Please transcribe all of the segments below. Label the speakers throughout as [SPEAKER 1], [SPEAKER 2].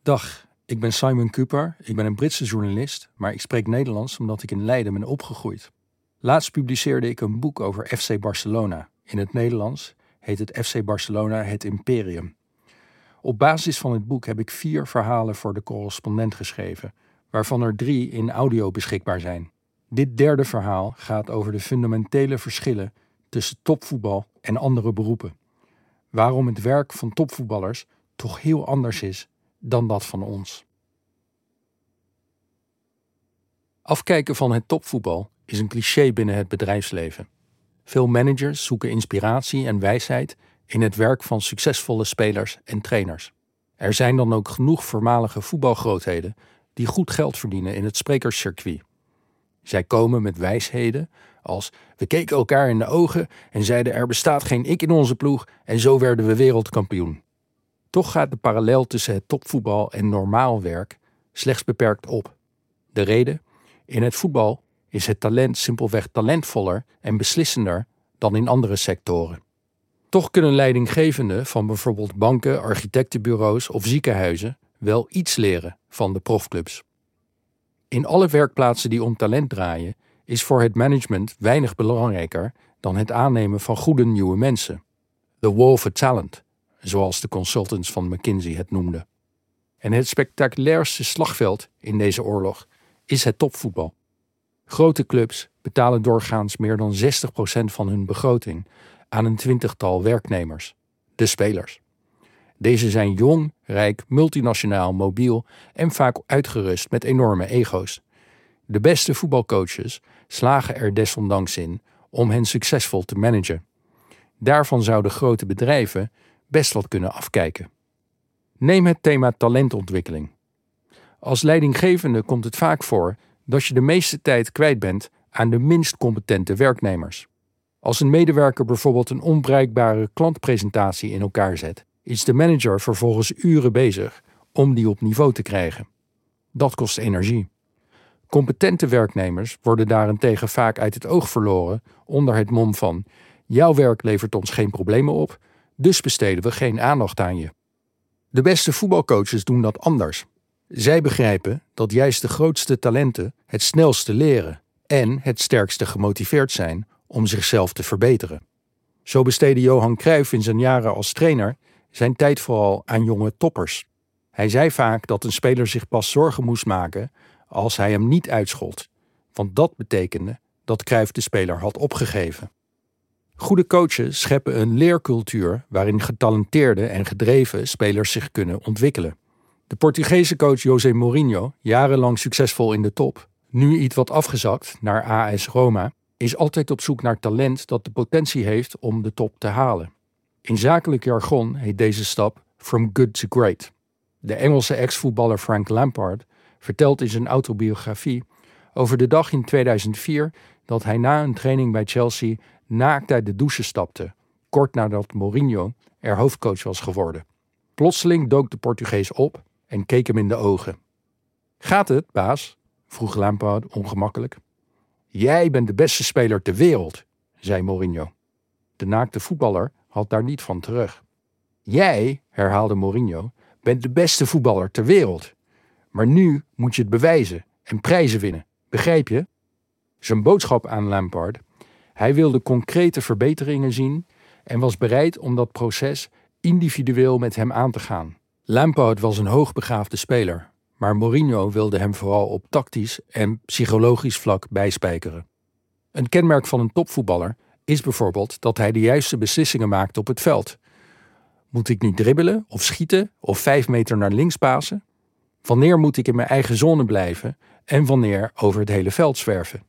[SPEAKER 1] Dag, ik ben Simon Cooper, ik ben een Britse journalist, maar ik spreek Nederlands omdat ik in Leiden ben opgegroeid. Laatst publiceerde ik een boek over FC Barcelona. In het Nederlands heet het FC Barcelona het Imperium. Op basis van het boek heb ik 4 verhalen voor de correspondent geschreven, waarvan er 3 in audio beschikbaar zijn. Dit derde verhaal gaat over de fundamentele verschillen tussen topvoetbal en andere beroepen. Waarom het werk van topvoetballers toch heel anders is dan dat van ons. Afkijken van het topvoetbal is een cliché binnen het bedrijfsleven. Veel managers zoeken inspiratie en wijsheid in het werk van succesvolle spelers en trainers. Er zijn dan ook genoeg voormalige voetbalgrootheden die goed geld verdienen in het sprekerscircuit. Zij komen met wijsheden als: we keken elkaar in de ogen en zeiden er bestaat geen ik in onze ploeg en zo werden we wereldkampioen. Toch gaat de parallel tussen het topvoetbal en normaal werk slechts beperkt op. De reden? In het voetbal is het talent simpelweg talentvoller en beslissender dan in andere sectoren. Toch kunnen leidinggevenden van bijvoorbeeld banken, architectenbureaus of ziekenhuizen wel iets leren van de profclubs. In alle werkplaatsen die om talent draaien is voor het management weinig belangrijker dan het aannemen van goede nieuwe mensen. The war for talent, zoals de consultants van McKinsey het noemden. En het spectaculairste slagveld in deze oorlog is het topvoetbal. Grote clubs betalen doorgaans meer dan 60% van hun begroting aan een 20-tal werknemers, de spelers. Deze zijn jong, rijk, multinationaal, mobiel en vaak uitgerust met enorme ego's. De beste voetbalcoaches slagen er desondanks in om hen succesvol te managen. Daarvan zouden grote bedrijven best wat kunnen afkijken. Neem het thema talentontwikkeling. Als leidinggevende komt het vaak voor dat je de meeste tijd kwijt bent aan de minst competente werknemers. Als een medewerker bijvoorbeeld een onbruikbare klantpresentatie in elkaar zet, is de manager vervolgens uren bezig om die op niveau te krijgen. Dat kost energie. Competente werknemers worden daarentegen vaak uit het oog verloren onder het mom van: jouw werk levert ons geen problemen op, dus besteden we geen aandacht aan je. De beste voetbalcoaches doen dat anders. Zij begrijpen dat juist de grootste talenten het snelste leren en het sterkste gemotiveerd zijn om zichzelf te verbeteren. Zo besteedde Johan Cruijff in zijn jaren als trainer zijn tijd vooral aan jonge toppers. Hij zei vaak dat een speler zich pas zorgen moest maken als hij hem niet uitschold, want dat betekende dat Cruijff de speler had opgegeven. Goede coaches scheppen een leercultuur waarin getalenteerde en gedreven spelers zich kunnen ontwikkelen. De Portugese coach José Mourinho, jarenlang succesvol in de top, nu iets wat afgezakt naar AS Roma, is altijd op zoek naar talent dat de potentie heeft om de top te halen. In zakelijk jargon heet deze stap from good to great. De Engelse ex-voetballer Frank Lampard vertelt in zijn autobiografie over de dag in 2004 dat hij na een training bij Chelsea naakt uit de douche stapte, kort nadat Mourinho er hoofdcoach was geworden. Plotseling dook de Portugees op en keek hem in de ogen. Gaat het, baas? Vroeg Lampard ongemakkelijk. Jij bent de beste speler ter wereld, zei Mourinho. De naakte voetballer had daar niet van terug. Jij, herhaalde Mourinho, bent de beste voetballer ter wereld. Maar nu moet je het bewijzen en prijzen winnen, begrijp je? Zijn boodschap aan Lampard: hij wilde concrete verbeteringen zien en was bereid om dat proces individueel met hem aan te gaan. Lampard was een hoogbegaafde speler, maar Mourinho wilde hem vooral op tactisch en psychologisch vlak bijspijkeren. Een kenmerk van een topvoetballer is bijvoorbeeld dat hij de juiste beslissingen maakt op het veld. Moet ik nu dribbelen of schieten of 5 meter naar links pasen? Wanneer moet ik in mijn eigen zone blijven en wanneer over het hele veld zwerven?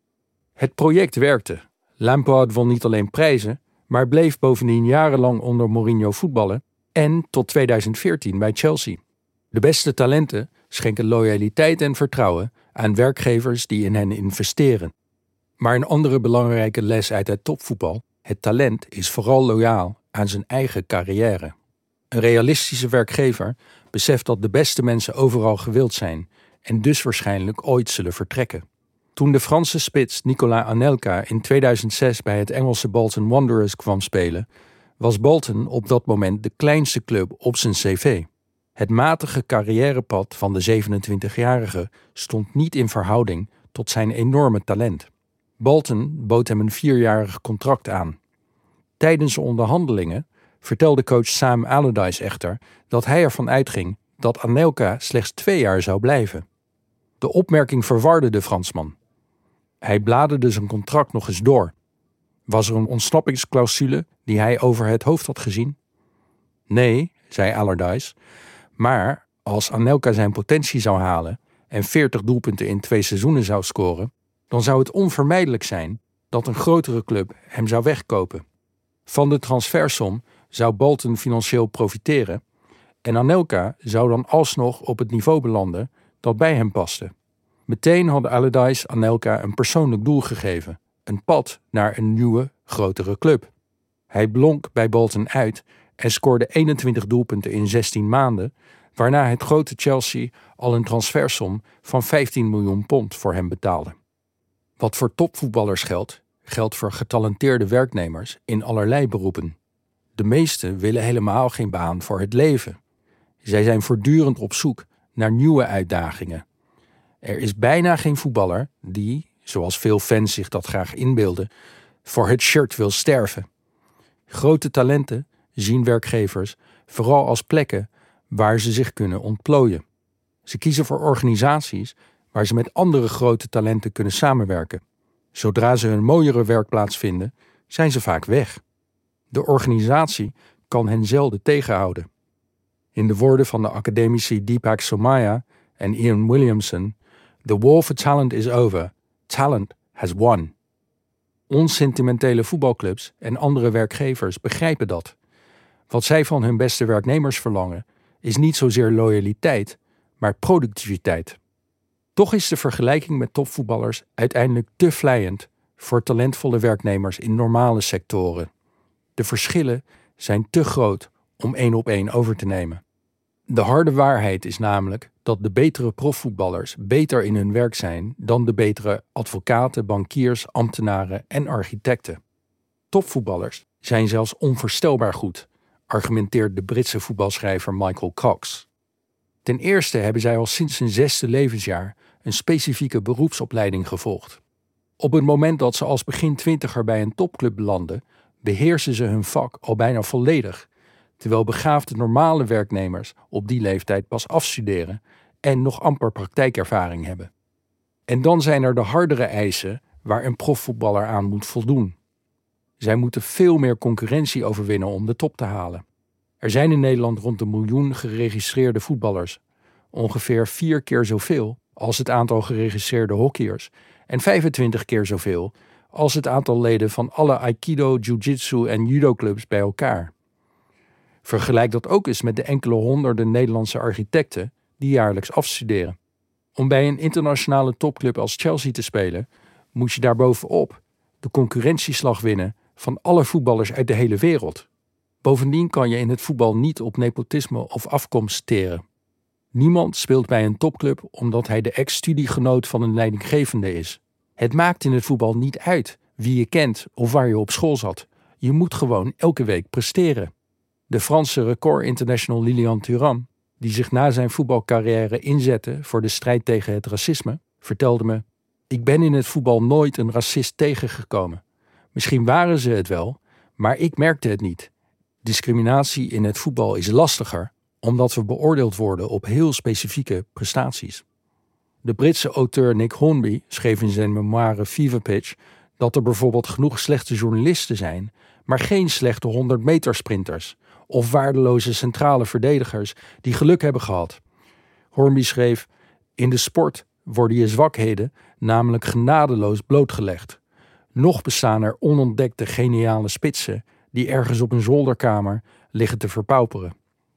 [SPEAKER 1] Het project werkte. Lampard won niet alleen prijzen, maar bleef bovendien jarenlang onder Mourinho voetballen en tot 2014 bij Chelsea. De beste talenten schenken loyaliteit en vertrouwen aan werkgevers die in hen investeren. Maar een andere belangrijke les uit het topvoetbal: het talent is vooral loyaal aan zijn eigen carrière. Een realistische werkgever beseft dat de beste mensen overal gewild zijn en dus waarschijnlijk ooit zullen vertrekken. Toen de Franse spits Nicolas Anelka in 2006 bij het Engelse Bolton Wanderers kwam spelen, was Bolton op dat moment de kleinste club op zijn cv. Het matige carrièrepad van de 27-jarige stond niet in verhouding tot zijn enorme talent. Bolton bood hem een 4-jarig contract aan. Tijdens de onderhandelingen vertelde coach Sam Allardyce echter dat hij ervan uitging dat Anelka slechts 2 jaar zou blijven. De opmerking verwarde de Fransman. Hij bladerde zijn contract nog eens door. Was er een ontsnappingsclausule die hij over het hoofd had gezien? Nee, zei Allardyce, maar als Anelka zijn potentie zou halen en 40 doelpunten in 2 seizoenen zou scoren, dan zou het onvermijdelijk zijn dat een grotere club hem zou wegkopen. Van de transfersom zou Bolton financieel profiteren en Anelka zou dan alsnog op het niveau belanden dat bij hem paste. Meteen had Allardyce Anelka een persoonlijk doel gegeven, een pad naar een nieuwe, grotere club. Hij blonk bij Bolton uit en scoorde 21 doelpunten in 16 maanden, waarna het grote Chelsea al een transfersom van 15 miljoen pond voor hem betaalde. Wat voor topvoetballers geldt, geldt voor getalenteerde werknemers in allerlei beroepen. De meesten willen helemaal geen baan voor het leven. Zij zijn voortdurend op zoek naar nieuwe uitdagingen. Er is bijna geen voetballer die, zoals veel fans zich dat graag inbeelden, voor het shirt wil sterven. Grote talenten zien werkgevers vooral als plekken waar ze zich kunnen ontplooien. Ze kiezen voor organisaties waar ze met andere grote talenten kunnen samenwerken. Zodra ze een mooiere werkplaats vinden, zijn ze vaak weg. De organisatie kan hen zelden tegenhouden. In de woorden van de academici Deepak Somaiya en Ian Williamson: "The war for talent is over. Talent has won." Onsentimentele voetbalclubs en andere werkgevers begrijpen dat. Wat zij van hun beste werknemers verlangen, is niet zozeer loyaliteit, maar productiviteit. Toch is de vergelijking met topvoetballers uiteindelijk te vleiend voor talentvolle werknemers in normale sectoren. De verschillen zijn te groot om 1 op 1 over te nemen. De harde waarheid is namelijk dat de betere profvoetballers beter in hun werk zijn dan de betere advocaten, bankiers, ambtenaren en architecten. Topvoetballers zijn zelfs onvoorstelbaar goed, argumenteert de Britse voetbalschrijver Michael Cox. Ten eerste hebben zij al sinds hun 6e levensjaar een specifieke beroepsopleiding gevolgd. Op het moment dat ze als begin 20er bij een topclub belanden, beheersen ze hun vak al bijna volledig, terwijl begaafde normale werknemers op die leeftijd pas afstuderen en nog amper praktijkervaring hebben. En dan zijn er de hardere eisen waar een profvoetballer aan moet voldoen. Zij moeten veel meer concurrentie overwinnen om de top te halen. Er zijn in Nederland rond 1 miljoen geregistreerde voetballers, ongeveer 4 keer zoveel als het aantal geregistreerde hockeyers en 25 keer zoveel als het aantal leden van alle aikido, jiu-jitsu en judoclubs bij elkaar. Vergelijk dat ook eens met de enkele honderden Nederlandse architecten die jaarlijks afstuderen. Om bij een internationale topclub als Chelsea te spelen, moet je daarbovenop de concurrentieslag winnen van alle voetballers uit de hele wereld. Bovendien kan je in het voetbal niet op nepotisme of afkomst teren. Niemand speelt bij een topclub omdat hij de ex-studiegenoot van een leidinggevende is. Het maakt in het voetbal niet uit wie je kent of waar je op school zat. Je moet gewoon elke week presteren. De Franse record international Lilian Thuram, die zich na zijn voetbalcarrière inzette voor de strijd tegen het racisme, vertelde me: "Ik ben in het voetbal nooit een racist tegengekomen. Misschien waren ze het wel, maar ik merkte het niet. Discriminatie in het voetbal is lastiger, omdat we beoordeeld worden op heel specifieke prestaties." De Britse auteur Nick Hornby schreef in zijn memoire Fever Pitch dat er bijvoorbeeld genoeg slechte journalisten zijn, maar geen slechte 100-meter sprinters of waardeloze centrale verdedigers die geluk hebben gehad. Hornby schreef: "In de sport worden je zwakheden namelijk genadeloos blootgelegd. Nog bestaan er onontdekte geniale spitsen die ergens op een zolderkamer liggen te verpauperen."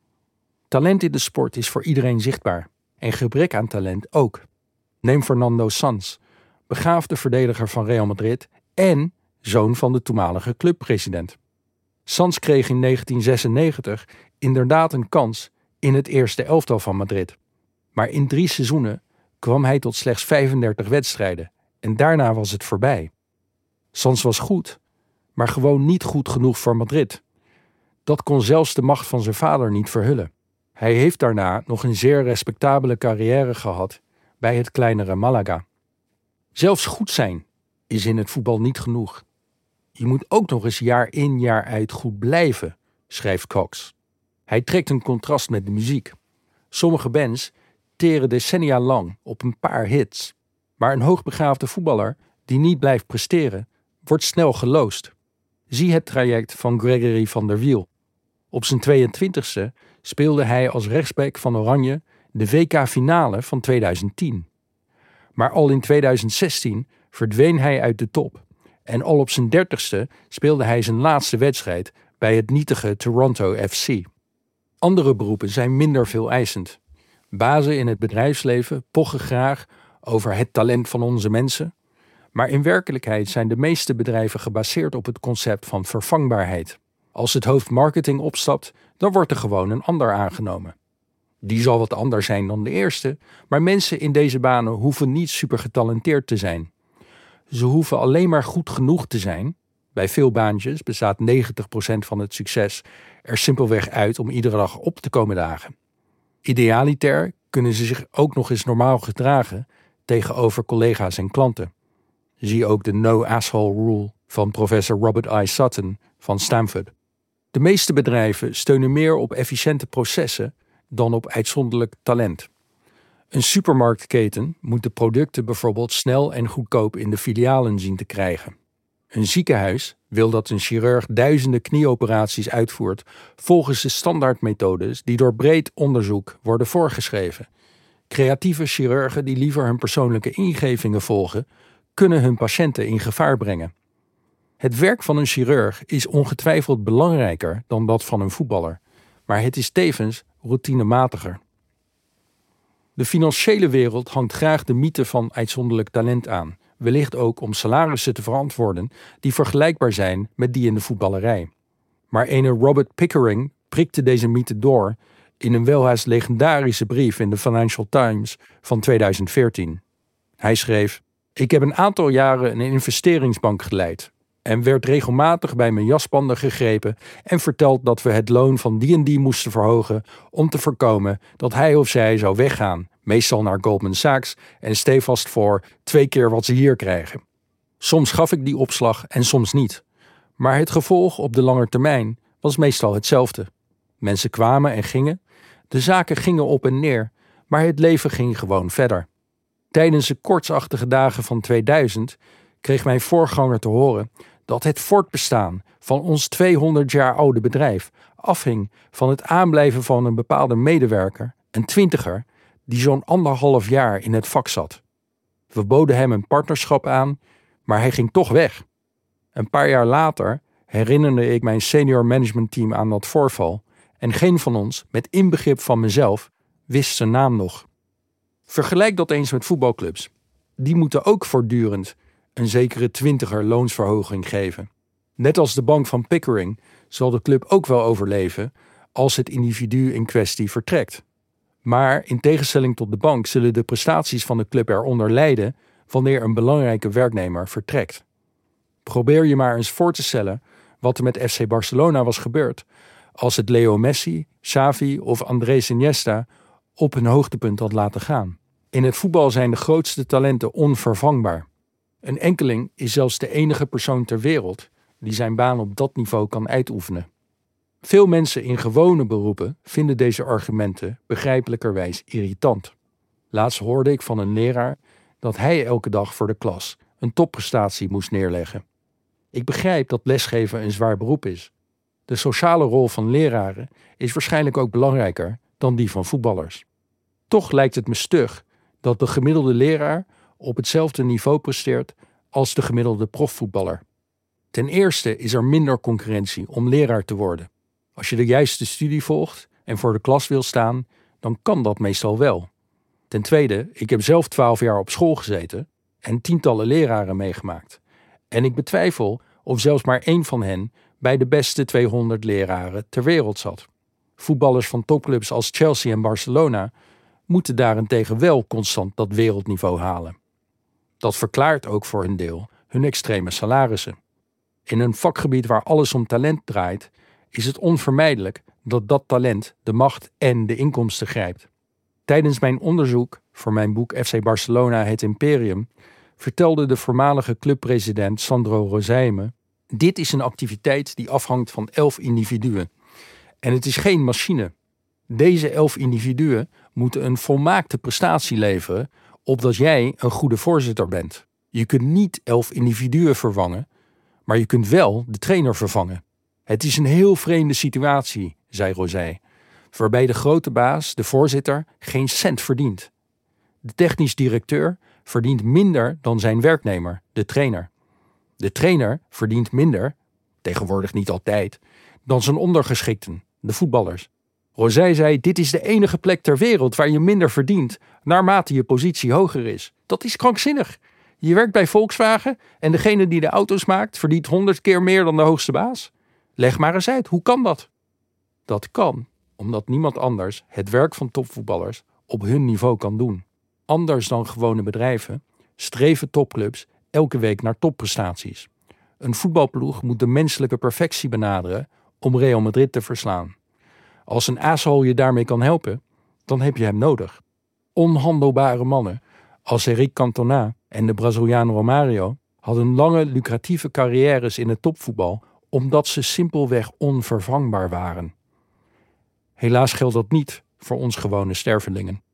[SPEAKER 1] Talent in de sport is voor iedereen zichtbaar en gebrek aan talent ook. Neem Fernando Sanz, begaafde verdediger van Real Madrid en zoon van de toenmalige clubpresident. Sanz kreeg in 1996 inderdaad een kans in het eerste elftal van Madrid. Maar in 3 seizoenen kwam hij tot slechts 35 wedstrijden en daarna was het voorbij. Sanz was goed, maar gewoon niet goed genoeg voor Madrid. Dat kon zelfs de macht van zijn vader niet verhullen. Hij heeft daarna nog een zeer respectabele carrière gehad bij het kleinere Malaga. Zelfs goed zijn is in het voetbal niet genoeg. Je moet ook nog eens jaar in jaar uit goed blijven, schrijft Cox. Hij trekt een contrast met de muziek. Sommige bands teren decennia lang op een paar hits. Maar een hoogbegaafde voetballer die niet blijft presteren, wordt snel geloosd. Zie het traject van Gregory van der Wiel. Op zijn 22e speelde hij als rechtsback van Oranje de WK-finale van 2010. Maar al in 2016 verdween hij uit de top. En al op zijn 30e speelde hij zijn laatste wedstrijd bij het nietige Toronto FC. Andere beroepen zijn minder veel eisend. Bazen in het bedrijfsleven pochen graag over het talent van onze mensen. Maar in werkelijkheid zijn de meeste bedrijven gebaseerd op het concept van vervangbaarheid. Als het hoofd marketing opstapt, dan wordt er gewoon een ander aangenomen. Die zal wat anders zijn dan de eerste, maar mensen in deze banen hoeven niet super getalenteerd te zijn. Ze hoeven alleen maar goed genoeg te zijn. Bij veel baantjes bestaat 90% van het succes er simpelweg uit om iedere dag op te komen dagen. Idealiter kunnen ze zich ook nog eens normaal gedragen tegenover collega's en klanten. Zie ook de no asshole rule van professor Robert I. Sutton van Stanford. De meeste bedrijven steunen meer op efficiënte processen dan op uitzonderlijk talent. Een supermarktketen moet de producten bijvoorbeeld snel en goedkoop in de filialen zien te krijgen. Een ziekenhuis wil dat een chirurg duizenden knieoperaties uitvoert volgens de standaardmethodes die door breed onderzoek worden voorgeschreven. Creatieve chirurgen die liever hun persoonlijke ingevingen volgen, kunnen hun patiënten in gevaar brengen. Het werk van een chirurg is ongetwijfeld belangrijker dan dat van een voetballer, maar het is tevens routinematig. De financiële wereld hangt graag de mythe van uitzonderlijk talent aan, wellicht ook om salarissen te verantwoorden die vergelijkbaar zijn met die in de voetballerij. Maar ene Robert Pickering prikte deze mythe door in een welhaast legendarische brief in de Financial Times van 2014. Hij schreef: "Ik heb een aantal jaren een investeringsbank geleid en werd regelmatig bij mijn jasbanden gegrepen en verteld dat we het loon van die en die moesten verhogen om te voorkomen dat hij of zij zou weggaan, meestal naar Goldman Sachs en stevast voor 2 keer wat ze hier krijgen. Soms gaf ik die opslag en soms niet. Maar het gevolg op de lange termijn was meestal hetzelfde. Mensen kwamen en gingen, de zaken gingen op en neer, maar het leven ging gewoon verder. Tijdens de koortsachtige dagen van 2000 kreeg mijn voorganger te horen dat het voortbestaan van ons 200 jaar oude bedrijf afhing van het aanblijven van een bepaalde medewerker, een 20er, die zo'n 1,5 jaar in het vak zat. We boden hem een partnerschap aan, maar hij ging toch weg. Een paar jaar later herinnerde ik mijn senior managementteam aan dat voorval en geen van ons, met inbegrip van mezelf, wist zijn naam nog. Vergelijk dat eens met voetbalclubs. Die moeten ook voortdurend een zekere 20er loonsverhoging geven. Net als de bank van Pickering zal de club ook wel overleven als het individu in kwestie vertrekt. Maar in tegenstelling tot de bank zullen de prestaties van de club eronder lijden wanneer een belangrijke werknemer vertrekt. Probeer je maar eens voor te stellen wat er met FC Barcelona was gebeurd als het Leo Messi, Xavi of Andrés Iniesta op hun hoogtepunt had laten gaan. In het voetbal zijn de grootste talenten onvervangbaar. Een enkeling is zelfs de enige persoon ter wereld die zijn baan op dat niveau kan uitoefenen. Veel mensen in gewone beroepen vinden deze argumenten begrijpelijkerwijs irritant. Laatst hoorde ik van een leraar dat hij elke dag voor de klas een topprestatie moest neerleggen. Ik begrijp dat lesgeven een zwaar beroep is. De sociale rol van leraren is waarschijnlijk ook belangrijker dan die van voetballers. Toch lijkt het me stug dat de gemiddelde leraar op hetzelfde niveau presteert als de gemiddelde profvoetballer. Ten eerste is er minder concurrentie om leraar te worden. Als je de juiste studie volgt en voor de klas wil staan, dan kan dat meestal wel. Ten tweede, ik heb zelf 12 jaar op school gezeten en tientallen leraren meegemaakt. En ik betwijfel of zelfs maar 1 van hen bij de beste 200 leraren ter wereld zat. Voetballers van topclubs als Chelsea en Barcelona moeten daarentegen wel constant dat wereldniveau halen. Dat verklaart ook voor een deel hun extreme salarissen. In een vakgebied waar alles om talent draait, is het onvermijdelijk dat dat talent de macht en de inkomsten grijpt. Tijdens mijn onderzoek voor mijn boek FC Barcelona het Imperium vertelde de voormalige clubpresident Sandro Rosei me: dit is een activiteit die afhangt van 11 individuen. En het is geen machine. Deze 11 individuen moeten een volmaakte prestatie leveren opdat jij een goede voorzitter bent. Je kunt niet 11 individuen vervangen, maar je kunt wel de trainer vervangen. Het is een heel vreemde situatie, zei Rosei, waarbij de grote baas, de voorzitter, geen cent verdient. De technisch directeur verdient minder dan zijn werknemer, de trainer. De trainer verdient minder, tegenwoordig niet altijd, dan zijn ondergeschikten, de voetballers. Rosei zei: dit is de enige plek ter wereld waar je minder verdient naarmate je positie hoger is. Dat is krankzinnig. Je werkt bij Volkswagen en degene die de auto's maakt verdient 100 keer meer dan de hoogste baas. Leg maar eens uit, hoe kan dat? Dat kan omdat niemand anders het werk van topvoetballers op hun niveau kan doen. Anders dan gewone bedrijven streven topclubs elke week naar topprestaties. Een voetbalploeg moet de menselijke perfectie benaderen om Real Madrid te verslaan. Als een aashol je daarmee kan helpen, dan heb je hem nodig. Onhandelbare mannen als Eric Cantona en de Braziliaan Romario hadden lange lucratieve carrières in het topvoetbal omdat ze simpelweg onvervangbaar waren. Helaas geldt dat niet voor ons gewone stervelingen.